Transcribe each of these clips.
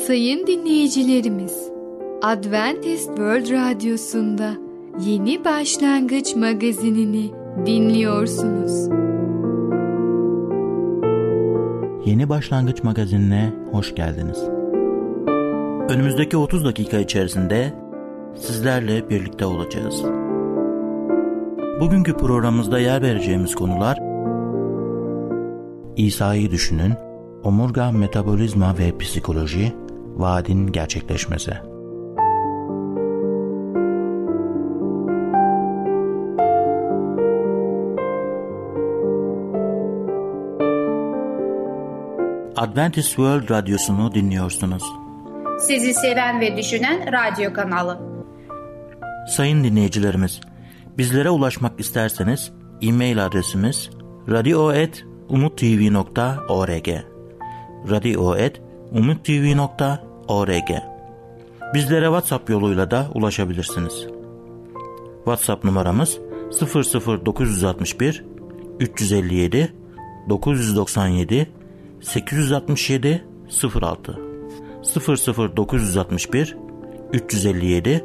Sayın dinleyicilerimiz, Adventist World Radyosu'nda Yeni Başlangıç Magazinini dinliyorsunuz. Yeni Başlangıç Magazinine hoş geldiniz. Önümüzdeki 30 dakika içerisinde sizlerle birlikte olacağız. Bugünkü programımızda yer vereceğimiz konular: İsa'yı düşünün, omurga, metabolizma ve psikoloji, vaadin gerçekleşmesi. Adventist World Radyosu'nu dinliyorsunuz. Sizi seven ve düşünen radyo kanalı. Sayın dinleyicilerimiz, bizlere ulaşmak isterseniz e-mail adresimiz radio@umuttv.org radio@umuttv.org. Bizlere WhatsApp yoluyla da ulaşabilirsiniz. WhatsApp numaramız 00961 357 997 867 06 00961 357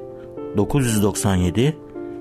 997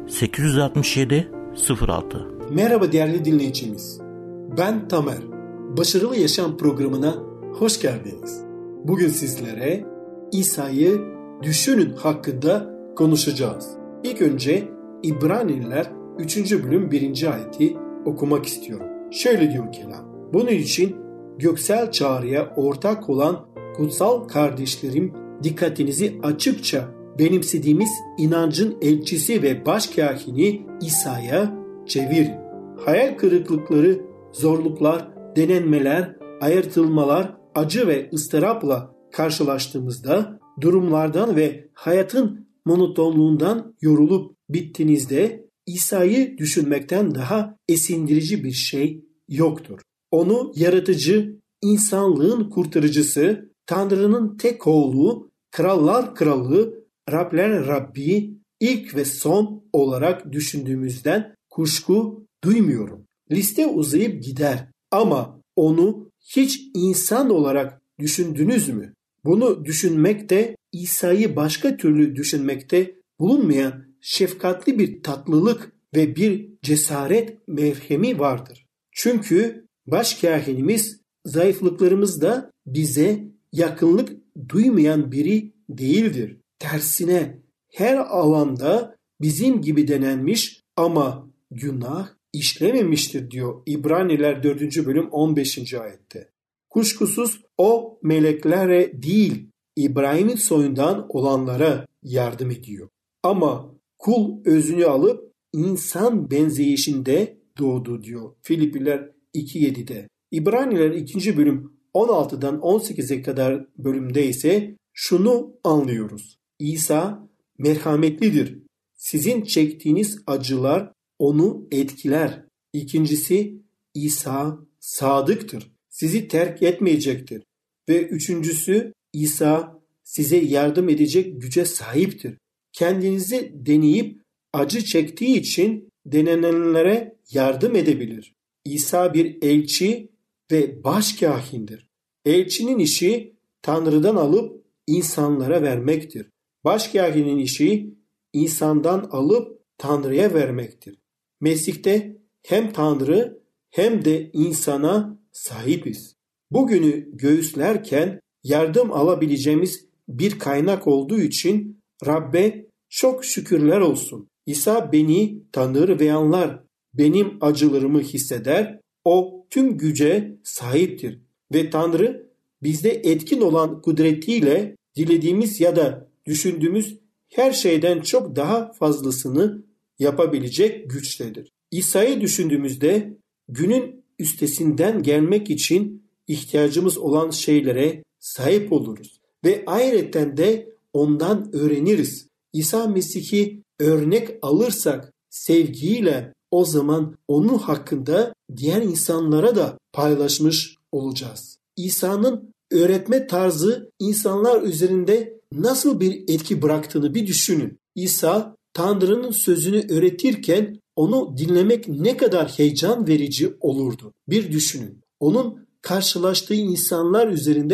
867 06. Merhaba değerli dinleyicimiz. Ben Tamer. Başarılı Yaşam programına hoş geldiniz. Bugün sizlere İsa'yı düşünün hakkında konuşacağız. İlk önce İbraniler 3. bölüm 1. ayeti okumak istiyorum. Şöyle diyor kelam: Bunun için göksel çağrıya ortak olan kutsal kardeşlerim, dikkatinizi açıkça benimsediğimiz inancın elçisi ve başkâhini İsa'ya çevirin. Hayal kırıklıkları, zorluklar, denenmeler, ayırtılmalar, acı ve ıstırapla karşılaştığımızda, durumlardan ve hayatın monotonluğundan yorulup bittiğinizde İsa'yı düşünmekten daha esindirici bir şey yoktur. Onu yaratıcı, insanlığın kurtarıcısı, Tanrı'nın tek oğlu, krallar kralı, Rabler Rabbi, ilk ve son olarak düşündüğümüzden kuşku duymuyorum. Liste uzayıp gider ama onu hiç insan olarak düşündünüz mü? Bunu düşünmekte, İsa'yı başka türlü düşünmekte bulunmayan şefkatli bir tatlılık ve bir cesaret merhemi vardır. Çünkü başkâhinimiz zayıflıklarımızda bize yakınlık duymayan biri değildir. Tersine her alanda bizim gibi denenmiş ama günah işlememiştir diyor İbraniler 4. bölüm 15. ayette. Kuşkusuz o meleklere değil, İbrahim'in soyundan olanlara yardım ediyor. Ama kul özünü alıp insan benzeyişinde doğdu diyor Filipliler 2.7'de. İbraniler 2. bölüm 16'dan 18'e kadar bölümde ise şunu anlıyoruz: İsa merhametlidir. Sizin çektiğiniz acılar onu etkiler. İkincisi, İsa sadıktır. Sizi terk etmeyecektir. Ve üçüncüsü, İsa size yardım edecek güce sahiptir. Kendinizi deneyip acı çektiği için denenenlere yardım edebilir. İsa bir elçi ve başkâhindir. Elçinin işi Tanrı'dan alıp insanlara vermektir. Başkâhinin işi insandan alıp Tanrı'ya vermektir. Mesih'te hem Tanrı hem de insana sahibiz. Bugünü göğüslerken yardım alabileceğimiz bir kaynak olduğu için Rabbe çok şükürler olsun. İsa beni tanır ve anlar. Benim acılarımı hisseder. O tüm güce sahiptir. Ve Tanrı bizde etkin olan kudretiyle dilediğimiz ya da düşündüğümüz her şeyden çok daha fazlasını yapabilecek güçtedir. İsa'yı düşündüğümüzde günün üstesinden gelmek için ihtiyacımız olan şeylere sahip oluruz. Ve ayrıca de ondan öğreniriz. İsa Mesih'i örnek alırsak sevgiyle, o zaman onun hakkında diğer insanlara da paylaşmış olacağız. İsa'nın öğretme tarzı insanlar üzerinde nasıl bir etki bıraktığını bir düşünün. İsa Tanrı'nın sözünü öğretirken onu dinlemek ne kadar heyecan verici olurdu. Bir düşünün. Onun karşılaştığı insanlar üzerinde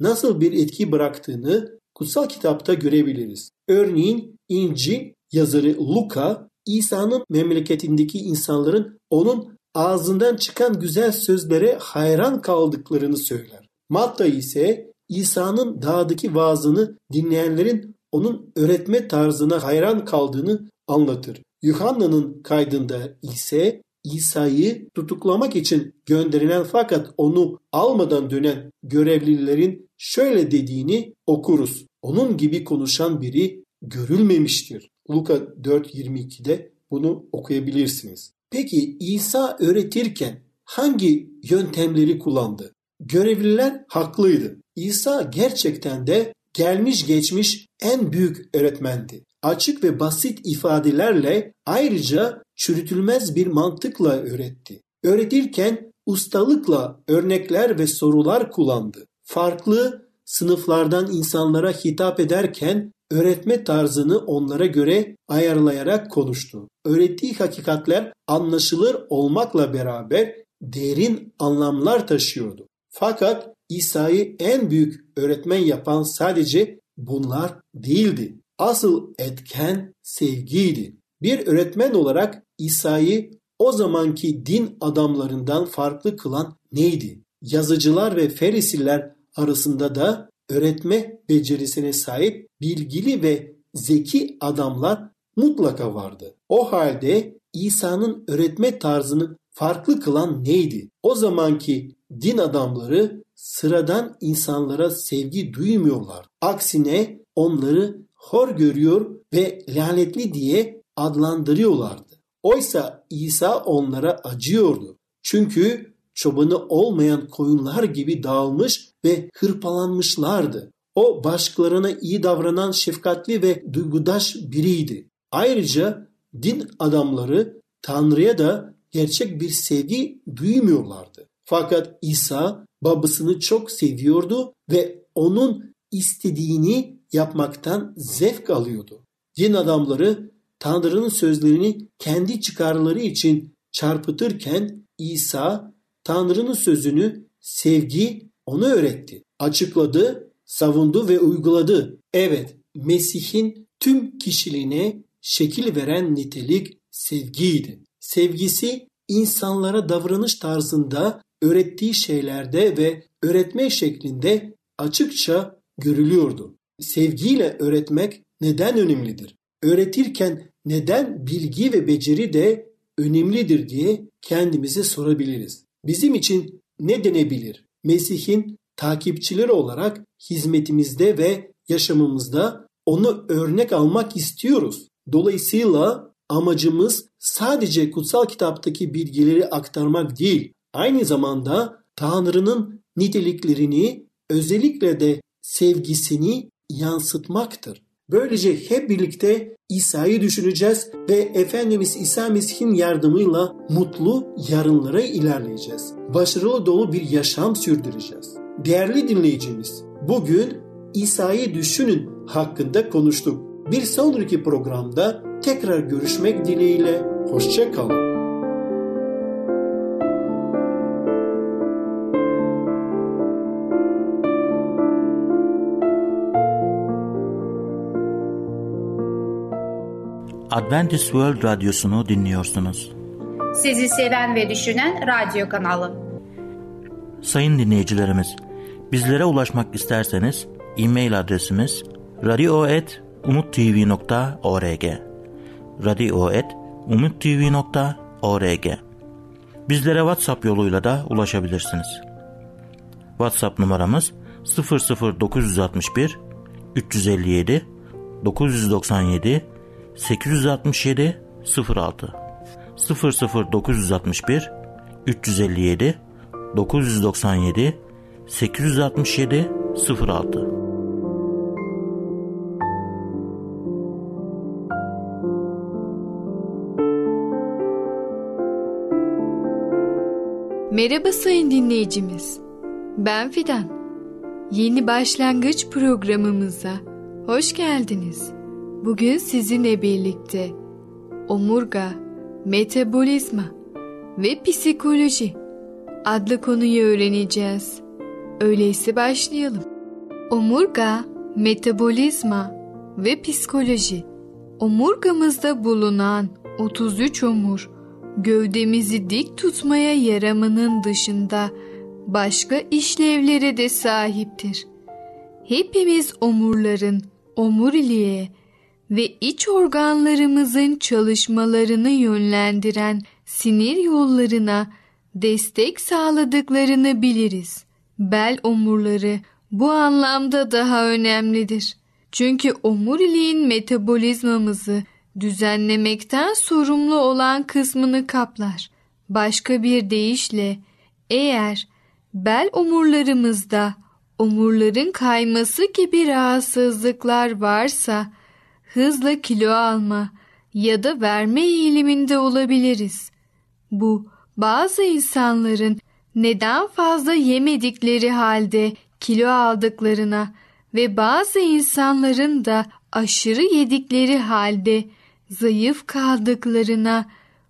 nasıl bir etki bıraktığını kutsal kitapta görebiliriz. Örneğin İncil yazarı Luka, İsa'nın memleketindeki insanların onun ağzından çıkan güzel sözlere hayran kaldıklarını söyler. Matta ise İsa'nın dağdaki vaazını dinleyenlerin onun öğretme tarzına hayran kaldığını anlatır. Yuhanna'nın kaydında ise İsa'yı tutuklamak için gönderilen fakat onu almadan dönen görevlilerin şöyle dediğini okuruz. Onun gibi konuşan biri görülmemiştir. Luka 4:22'de bunu okuyabilirsiniz. Peki İsa öğretirken hangi yöntemleri kullandı? Görevliler haklıydı. İsa gerçekten de gelmiş geçmiş en büyük öğretmendi. Açık ve basit ifadelerle ayrıca çürütülmez bir mantıkla öğretti. Öğretirken ustalıkla örnekler ve sorular kullandı. Farklı sınıflardan insanlara hitap ederken öğretme tarzını onlara göre ayarlayarak konuştu. Öğrettiği hakikatler anlaşılır olmakla beraber derin anlamlar taşıyordu. Fakat İsa'yı en büyük öğretmen yapan sadece bunlar değildi. Asıl etken sevgiydi. Bir öğretmen olarak İsa'yı o zamanki din adamlarından farklı kılan neydi? Yazıcılar ve Ferisiler arasında da öğretme becerisine sahip bilgili ve zeki adamlar mutlaka vardı. O halde İsa'nın öğretme tarzını farklı kılan neydi? O zamanki din adamları sıradan insanlara sevgi duymuyorlar. Aksine onları hor görüyor ve lanetli diye adlandırıyorlardı. Oysa İsa onlara acıyordu. Çünkü çobanı olmayan koyunlar gibi dağılmış ve hırpalanmışlardı. O başkalarına iyi davranan şefkatli ve duygudaş biriydi. Ayrıca din adamları Tanrı'ya da gerçek bir sevgi duymuyorlardı. Fakat İsa babasını çok seviyordu ve onun istediğini yapmaktan zevk alıyordu. Din adamları Tanrı'nın sözlerini kendi çıkarları için çarpıtırken İsa Tanrı'nın sözünü, sevgi onu öğretti, açıkladı, savundu ve uyguladı. Evet, Mesih'in tüm kişiliğine şekil veren nitelik sevgiydi. Sevgisi insanlara davranış tarzında, öğrettiği şeylerde ve öğretme şeklinde açıkça görülüyordu. Sevgiyle öğretmek neden önemlidir? Öğretirken neden bilgi ve beceri de önemlidir diye kendimize sorabiliriz. Bizim için ne denebilir? Mesih'in takipçileri olarak hizmetimizde ve yaşamımızda onu örnek almak istiyoruz. Dolayısıyla amacımız sadece kutsal kitaptaki bilgileri aktarmak değil, aynı zamanda Tanrı'nın niteliklerini, özellikle de sevgisini yansıtmaktır. Böylece hep birlikte İsa'yı düşüneceğiz ve Efendimiz İsa Mesih'in yardımıyla mutlu yarınlara ilerleyeceğiz. Başarılı dolu bir yaşam sürdüreceğiz. Değerli dinleyicimiz, bugün İsa'yı düşünün hakkında konuştuk. Bir sonraki programda tekrar görüşmek dileğiyle, hoşça kalın. Adventist World Radyosu'nu dinliyorsunuz. Sizi seven ve düşünen radyo kanalı. Sayın dinleyicilerimiz, bizlere ulaşmak isterseniz e-mail adresimiz radio@umuttv.org radio@umuttv.org. Bizlere WhatsApp yoluyla da ulaşabilirsiniz. WhatsApp numaramız 00961 357 997 867 06 00961 357 997 867 06. Merhaba sayın dinleyicimiz. Ben Fidan. Yeni başlangıç programımıza hoş geldiniz. Bugün sizinle birlikte omurga, metabolizma ve psikoloji adlı konuyu öğreneceğiz. Öyleyse başlayalım. Omurga, metabolizma ve psikoloji. Omurgamızda bulunan 33 omur, gövdemizi dik tutmaya yaramının dışında başka işlevlere de sahiptir. Hepimiz omurların, omuriliğe ve iç organlarımızın çalışmalarını yönlendiren sinir yollarına destek sağladıklarını biliriz. Bel omurları bu anlamda daha önemlidir. Çünkü omuriliğin metabolizmamızı düzenlemekten sorumlu olan kısmını kaplar. Başka bir deyişle, eğer bel omurlarımızda omurların kayması gibi rahatsızlıklar varsa hızla kilo alma ya da verme eğiliminde olabiliriz. Bu bazı insanların neden fazla yemedikleri halde kilo aldıklarına ve bazı insanların da aşırı yedikleri halde zayıf kaldıklarına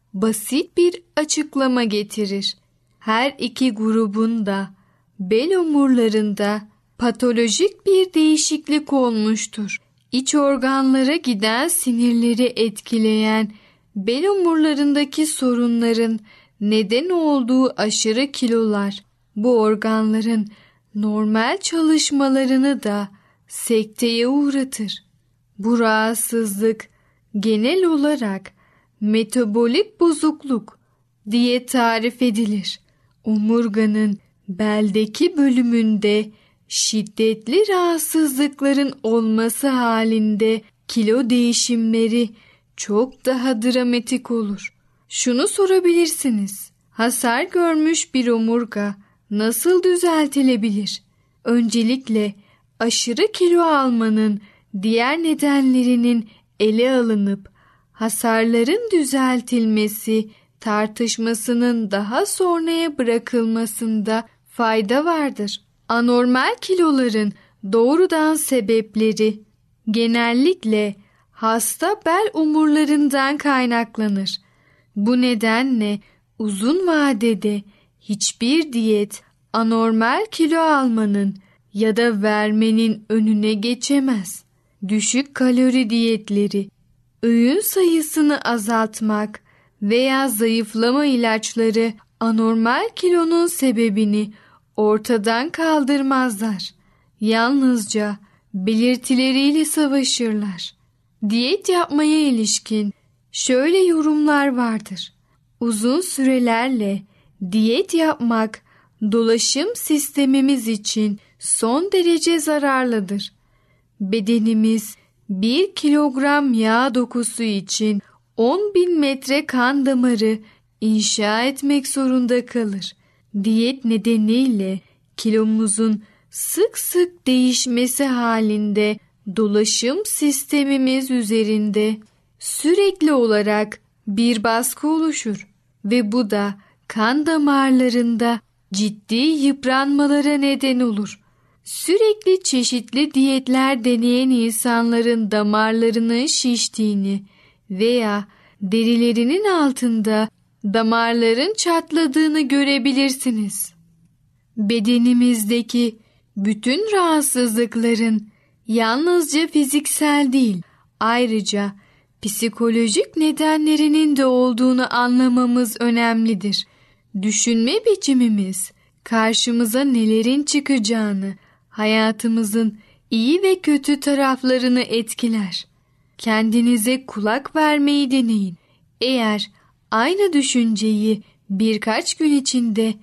basit bir açıklama getirir. Her iki grubun da bel omurlarında patolojik bir değişiklik olmuştur. İç organlara giden sinirleri etkileyen bel omurlarındaki sorunların neden olduğu aşırı kilolar bu organların normal çalışmalarını da sekteye uğratır. Bu rahatsızlık genel olarak metabolik bozukluk diye tarif edilir. Omurganın beldeki bölümünde şiddetli rahatsızlıkların olması halinde kilo değişimleri çok daha dramatik olur. Şunu sorabilirsiniz: hasar görmüş bir omurga nasıl düzeltilebilir? Öncelikle aşırı kilo almanın diğer nedenlerinin ele alınıp hasarların düzeltilmesi tartışmasının daha sonraya bırakılmasında fayda vardır. Anormal kiloların doğrudan sebepleri genellikle hasta bel omurlarından kaynaklanır. Bu nedenle uzun vadede hiçbir diyet anormal kilo almanın ya da vermenin önüne geçemez. Düşük kalori diyetleri, öğün sayısını azaltmak veya zayıflama ilaçları anormal kilonun sebebini ortadan kaldırmazlar. Yalnızca belirtileriyle savaşırlar. Diyet yapmaya ilişkin şöyle yorumlar vardır: uzun sürelerle diyet yapmak dolaşım sistemimiz için son derece zararlıdır. Bedenimiz 1 kilogram yağ dokusu için 10.000 metre kan damarı inşa etmek zorunda kalır. Diyet nedeniyle kilomuzun sık sık değişmesi halinde dolaşım sistemimiz üzerinde sürekli olarak bir baskı oluşur ve bu da kan damarlarında ciddi yıpranmalara neden olur. Sürekli çeşitli diyetler deneyen insanların damarlarının şiştiğini veya derilerinin altında damarların çatladığını görebilirsiniz. Bedenimizdeki bütün rahatsızlıkların yalnızca fiziksel değil, ayrıca psikolojik nedenlerinin de olduğunu anlamamız önemlidir. Düşünme biçimimiz karşımıza nelerin çıkacağını, hayatımızın iyi ve kötü taraflarını etkiler. Kendinize kulak vermeyi deneyin. Eğer aynı düşünceyi birkaç gün içinde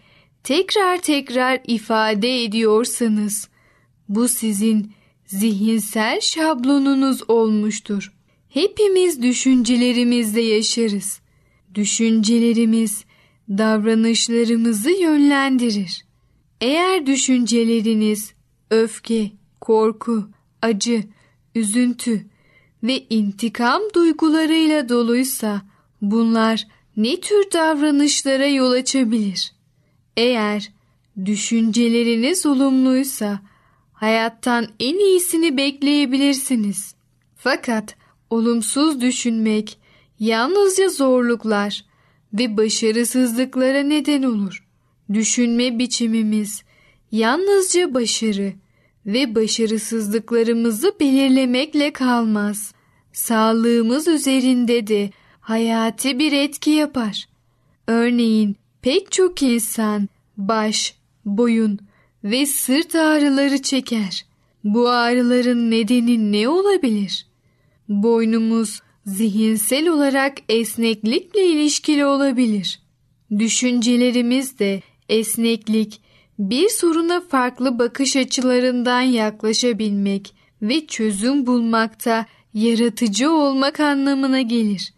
tekrar ifade ediyorsanız, bu sizin zihinsel şablonunuz olmuştur. Hepimiz düşüncelerimizle yaşarız. Düşüncelerimiz davranışlarımızı yönlendirir. Eğer düşünceleriniz öfke, korku, acı, üzüntü ve intikam duygularıyla doluysa bunlar ne tür davranışlara yol açabilir? Eğer düşünceleriniz olumluysa hayattan en iyisini bekleyebilirsiniz. Fakat olumsuz düşünmek yalnızca zorluklar ve başarısızlıklara neden olur. Düşünme biçimimiz yalnızca başarı ve başarısızlıklarımızı belirlemekle kalmaz. Sağlığımız üzerinde de hayati bir etki yapar. Örneğin pek çok insan baş, boyun ve sırt ağrıları çeker. Bu ağrıların nedeni ne olabilir? Boynumuz zihinsel olarak esneklikle ilişkili olabilir. Düşüncelerimiz de esneklik, bir soruna farklı bakış açılarından yaklaşabilmek ve çözüm bulmakta yaratıcı olmak anlamına gelir.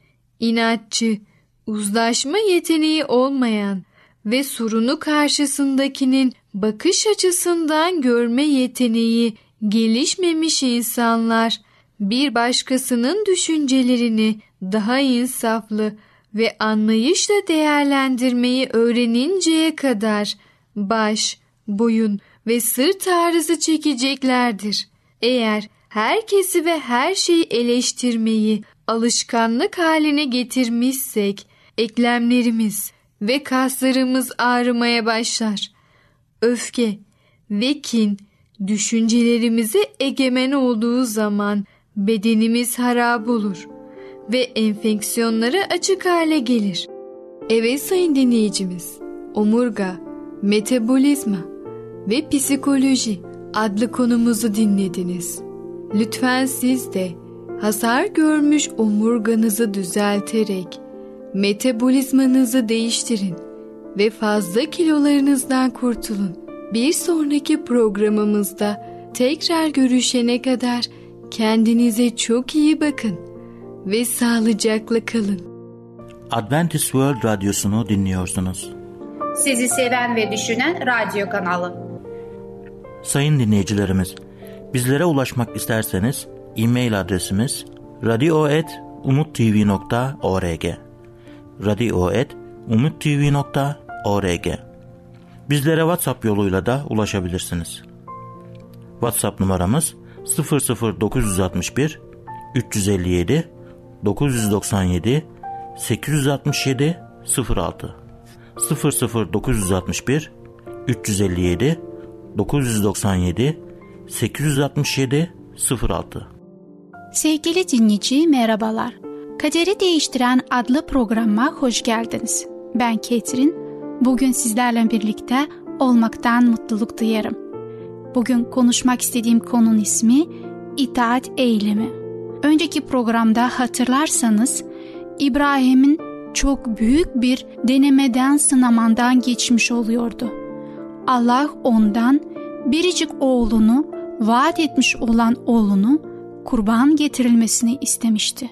İnatçı, uzlaşma yeteneği olmayan ve sorunu karşısındakinin bakış açısından görme yeteneği gelişmemiş insanlar, bir başkasının düşüncelerini daha insaflı ve anlayışla değerlendirmeyi öğreninceye kadar baş, boyun ve sırt ağrısı çekeceklerdir. Eğer herkesi ve her şeyi eleştirmeyi alışkanlık haline getirmişsek, eklemlerimiz ve kaslarımız ağrımaya başlar. Öfke ve kin düşüncelerimize egemen olduğu zaman bedenimiz harap olur ve enfeksiyonlara açık hale gelir. Evet sayın dinleyicimiz, omurga, metabolizma ve psikoloji adlı konumuzu dinlediniz. Lütfen siz de hasar görmüş omurganızı düzelterek metabolizmanızı değiştirin ve fazla kilolarınızdan kurtulun. Bir sonraki programımızda tekrar görüşene kadar kendinize çok iyi bakın ve sağlıcakla kalın. Adventist World Radyosu'nu dinliyorsunuz. Sizi seven ve düşünen radyo kanalı. Sayın dinleyicilerimiz, bizlere ulaşmak isterseniz e-mail adresimiz radio@umuttv.org radio@umuttv.org. Bizlere WhatsApp yoluyla da ulaşabilirsiniz. WhatsApp numaramız 00961 357 997 867 06 00961 357 997 867 06. Sevgili dinleyici, merhabalar. Kaderi Değiştiren adlı programa hoş geldiniz. Ben Ketrin. Bugün sizlerle birlikte olmaktan mutluluk duyarım. Bugün konuşmak istediğim konunun ismi itaat eylemi. Önceki programda hatırlarsanız İbrahim'in çok büyük bir denemeden, sınamandan geçmiş oluyordu. Allah ondan biricik oğlunu, vaat etmiş olan oğlunu kurban getirilmesini istemişti.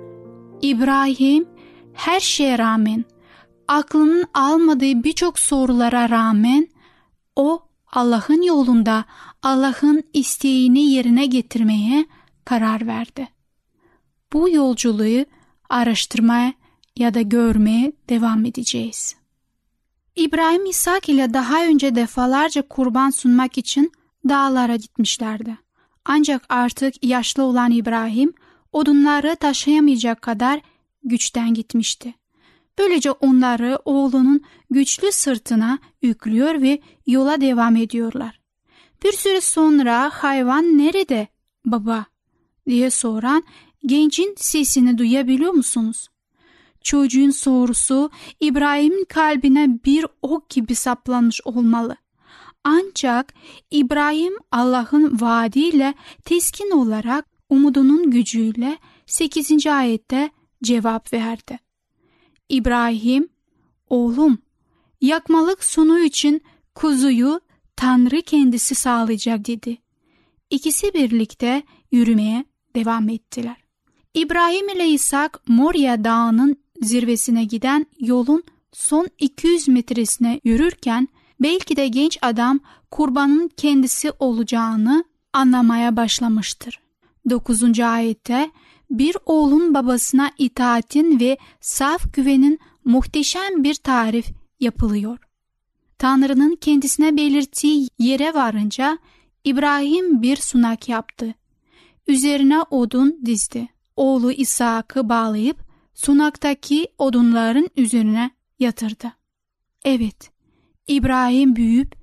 İbrahim her şeye rağmen, aklının almadığı birçok sorulara rağmen o Allah'ın yolunda Allah'ın isteğini yerine getirmeye karar verdi. Bu yolculuğu araştırmaya ya da görmeye devam edeceğiz. İbrahim İshak ile daha önce defalarca kurban sunmak için dağlara gitmişlerdi. Ancak artık yaşlı olan İbrahim odunları taşıyamayacak kadar güçten gitmişti. Böylece onları oğlunun güçlü sırtına yüklüyor ve yola devam ediyorlar. Bir süre sonra hayvan nerede baba diye soran gencin sesini duyabiliyor musunuz? Çocuğun sorusu İbrahim'in kalbine bir ok gibi saplanmış olmalı. Ancak İbrahim Allah'ın vaadiyle teskin olarak umudunun gücüyle 8. ayette cevap verdi. İbrahim, oğlum, yakmalık sunu için kuzuyu Tanrı kendisi sağlayacak dedi. İkisi birlikte yürümeye devam ettiler. İbrahim ile İshak Morya Dağı'nın zirvesine giden yolun son 200 metresine yürürken belki de genç adam kurbanın kendisi olacağını anlamaya başlamıştır. 9. ayette bir oğlun babasına itaatin ve saf güvenin muhteşem bir tarif yapılıyor. Tanrı'nın kendisine belirttiği yere varınca İbrahim bir sunak yaptı. Üzerine odun dizdi. Oğlu İshak'ı bağlayıp sunaktaki odunların üzerine yatırdı. Evet, İbrahim büyüyüp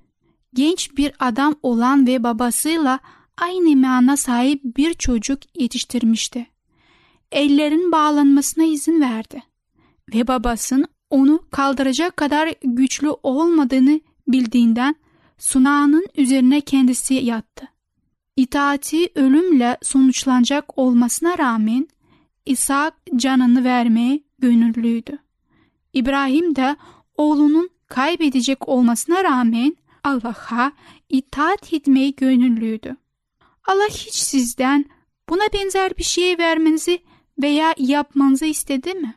genç bir adam olan ve babasıyla aynı imana sahip bir çocuk yetiştirmişti. Ellerin bağlanmasına izin verdi ve babasının onu kaldıracak kadar güçlü olmadığını bildiğinden sunağının üzerine kendisi yattı. İtaati ölümle sonuçlanacak olmasına rağmen İshak canını vermeye gönüllüydü. İbrahim de oğlunun kaybedecek olmasına rağmen Allah'a itaat etmeye gönüllüydü. Allah hiç sizden buna benzer bir şey vermenizi veya yapmanızı istedi mi?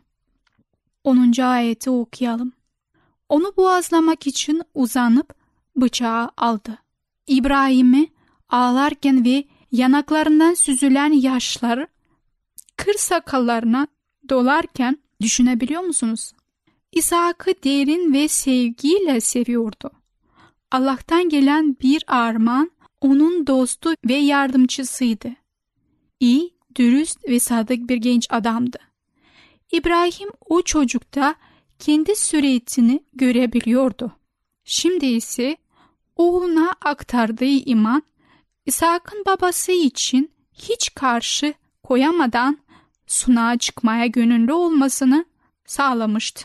10. ayeti okuyalım. Onu boğazlamak için uzanıp bıçağı aldı. İbrahim'i ağlarken ve yanaklarından süzülen yaşlar kır sakallarına dolarken düşünebiliyor musunuz? İshak'ı derin ve sevgiyle seviyordu. Allah'tan gelen bir armağan onun dostu ve yardımcısıydı. İyi, dürüst ve sadık bir genç adamdı. İbrahim o çocukta kendi suretini görebiliyordu. Şimdi ise oğluna aktardığı iman, İshak'ın babası için hiç karşı koyamadan sunağa çıkmaya gönüllü olmasını sağlamıştı.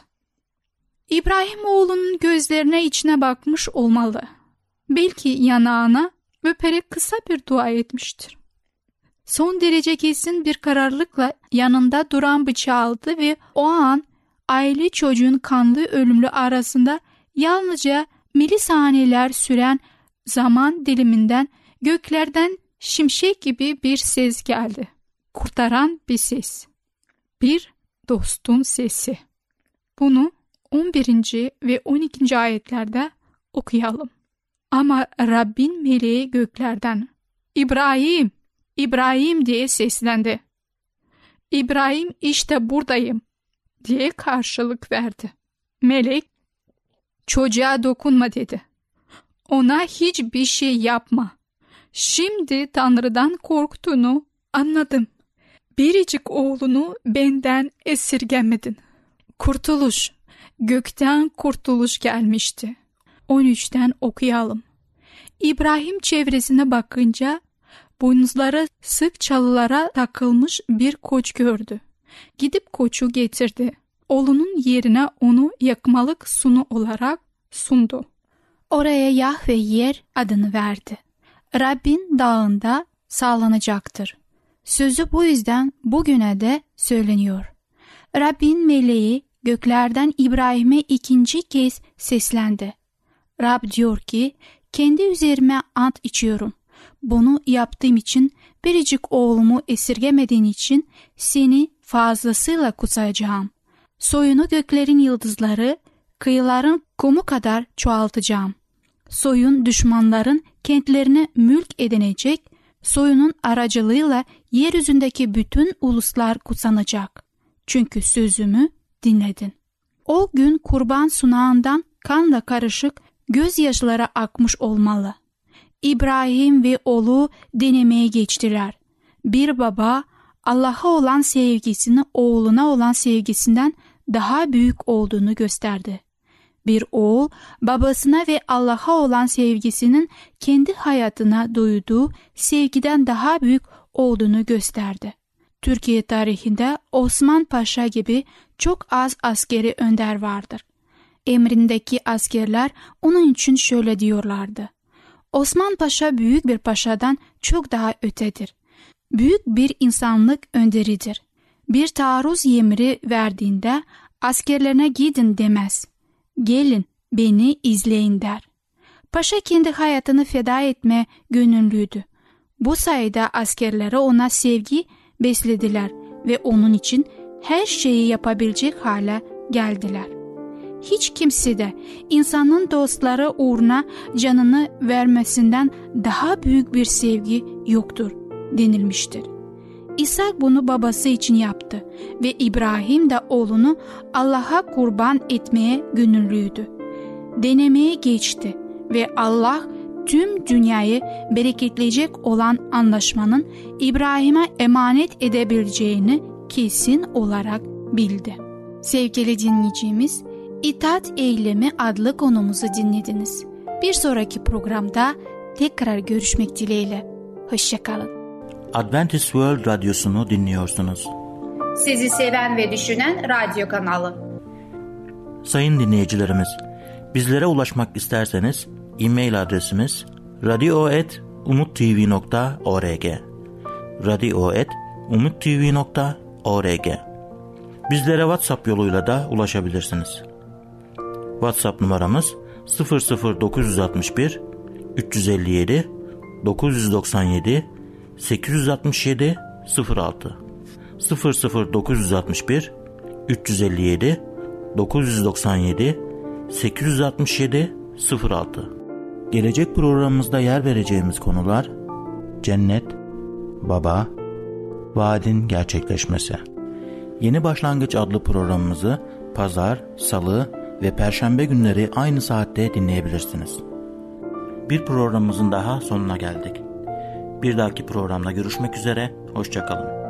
İbrahim oğlunun gözlerine içine bakmış olmalı. Belki yanağına öperek kısa bir dua etmiştir. Son derece kesin bir kararlılıkla yanında duran bıçağı aldı ve o an aile çocuğun kanlı ölümlü arasında yalnızca milisaniyeler süren zaman diliminden göklerden şimşek gibi bir ses geldi. Kurtaran bir ses. Bir dostun sesi. Bunu 11. ve 12. ayetlerde okuyalım. Ama Rabbin meleği göklerden İbrahim, İbrahim diye seslendi. İbrahim işte buradayım diye karşılık verdi. Melek çocuğa dokunma dedi. Ona hiçbir şey yapma. Şimdi Tanrı'dan korktuğunu anladım. Biricik oğlunu benden esirgemedin. Kurtuluş, gökten kurtuluş gelmişti. 13'ten okuyalım. İbrahim çevresine bakınca boynuzları sık çalılara takılmış bir koç gördü. Gidip koçu getirdi. Oğlunun yerine onu yakmalık sunu olarak sundu. Oraya Yahve yer adını verdi. Rabbin dağında sağlanacaktır. Sözü bu yüzden bugüne de söyleniyor. Rabbin meleği göklerden İbrahim'e ikinci kez seslendi. Rab diyor ki, kendi üzerime ant içiyorum. Bunu yaptığım için, biricik oğlumu esirgemediğin için seni fazlasıyla kutsayacağım. Soyunu göklerin yıldızları, kıyıların kumu kadar çoğaltacağım. Soyun düşmanların kentlerini mülk edinecek, soyunun aracılığıyla yeryüzündeki bütün uluslar kutsanacak. Çünkü sözümü dinledin. O gün kurban sunağından kanla karışık gözyaşları akmış olmalı. İbrahim ve oğlu denemeye geçtiler. Bir baba Allah'a olan sevgisini oğluna olan sevgisinden daha büyük olduğunu gösterdi. Bir oğul babasına ve Allah'a olan sevgisinin kendi hayatına duyduğu sevgiden daha büyük olduğunu gösterdi. Türkiye tarihinde Osman Paşa gibi çok az askeri önder vardır. Emrindeki askerler onun için şöyle diyorlardı. Osman Paşa büyük bir paşadan çok daha ötedir. Büyük bir insanlık önderidir. Bir taarruz emri verdiğinde askerlerine gidin demez. Gelin beni izleyin der. Paşa kendi hayatını feda etme gönüllüydü. Bu sayede askerleri ona sevgi beslediler ve onun için her şeyi yapabilecek hale geldiler. Hiç kimse de insanın dostları uğruna canını vermesinden daha büyük bir sevgi yoktur denilmiştir. İshak bunu babası için yaptı ve İbrahim de oğlunu Allah'a kurban etmeye gönüllüydü. Denemeye geçti ve Allah tüm dünyayı bereketleyecek olan anlaşmanın İbrahim'e emanet edebileceğini kesin olarak bildi. Sevgili dinleyicimiz, İtaat Eylemi adlı konumuzu dinlediniz. Bir sonraki programda tekrar görüşmek dileğiyle. Hoşça kalın. Adventist World Radyosu'nu dinliyorsunuz. Sizi seven ve düşünen radyo kanalı. Sayın dinleyicilerimiz, bizlere ulaşmak isterseniz e-mail adresimiz radio@umuttv.org radio@umuttv.org. Bizlere WhatsApp yoluyla da ulaşabilirsiniz. WhatsApp numaramız 00961 357 997 867 06 00961 357 997 867 06. Gelecek programımızda yer vereceğimiz konular cennet, baba, vaadin gerçekleşmesi. Yeni Başlangıç adlı programımızı pazar, salı ve perşembe günleri aynı saatte dinleyebilirsiniz. Bir programımızın daha sonuna geldik. Bir dahaki programda görüşmek üzere, hoşça kalın.